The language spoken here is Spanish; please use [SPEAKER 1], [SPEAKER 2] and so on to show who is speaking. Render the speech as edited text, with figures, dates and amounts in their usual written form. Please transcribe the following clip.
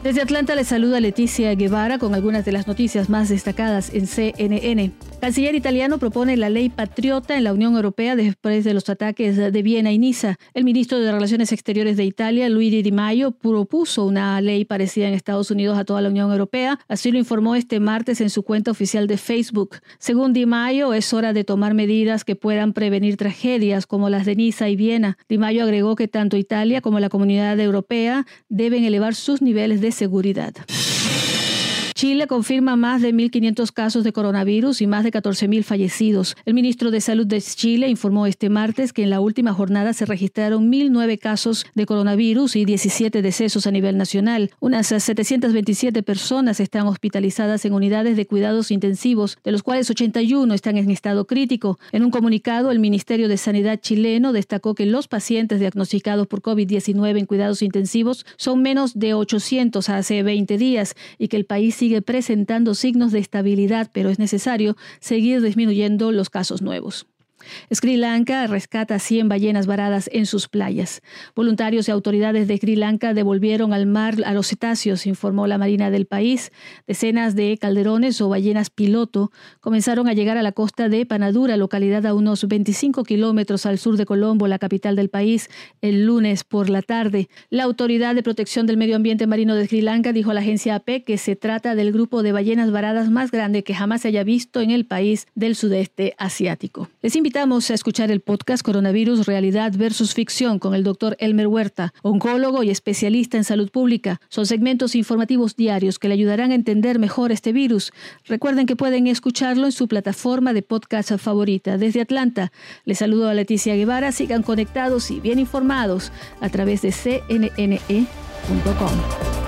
[SPEAKER 1] Desde Atlanta les saluda Leticia Guevara con algunas de las noticias más destacadas en CNN. Canciller italiano propone la ley patriota en la Unión Europea después de los ataques de Viena y Niza. El ministro de Relaciones Exteriores de Italia, Luigi Di Maio, propuso una ley parecida en Estados Unidos a toda la Unión Europea. Así lo informó este martes en su cuenta oficial de Facebook. Según Di Maio, es hora de tomar medidas que puedan prevenir tragedias como las de Niza y Viena. Di Maio agregó que tanto Italia como la Comunidad Europea deben elevar sus niveles de seguridad. Chile confirma más de 1.500 casos de coronavirus y más de 14.000 fallecidos. El ministro de Salud de Chile informó este martes que en la última jornada se registraron 1.009 casos de coronavirus y 17 decesos a nivel nacional. Unas 727 personas están hospitalizadas en unidades de cuidados intensivos, de los cuales 81 están en estado crítico. En un comunicado, el Ministerio de Sanidad chileno destacó que los pacientes diagnosticados por COVID-19 en cuidados intensivos son menos de 800 hace 20 días y que el país sigue presentando signos de estabilidad, pero es necesario seguir disminuyendo los casos nuevos. Sri Lanka rescata 100 ballenas varadas en sus playas. Voluntarios y autoridades de Sri Lanka devolvieron al mar a los cetáceos, informó la Marina del país. Decenas de calderones o ballenas piloto comenzaron a llegar a la costa de Panadura, localidad a unos 25 kilómetros al sur de Colombo, la capital del país, el lunes por la tarde. La Autoridad de Protección del Medio Ambiente Marino de Sri Lanka dijo a la agencia AP que se trata del grupo de ballenas varadas más grande que jamás se haya visto en el país del sudeste asiático. Les invitamos a escuchar el podcast Coronavirus, Realidad versus Ficción con el Dr. Elmer Huerta, oncólogo y especialista en salud pública. Son segmentos informativos diarios que le ayudarán a entender mejor este virus. Recuerden que pueden escucharlo en su plataforma de podcast favorita. Desde Atlanta, les saludo a Leticia Guevara. Sigan conectados y bien informados a través de cnne.com.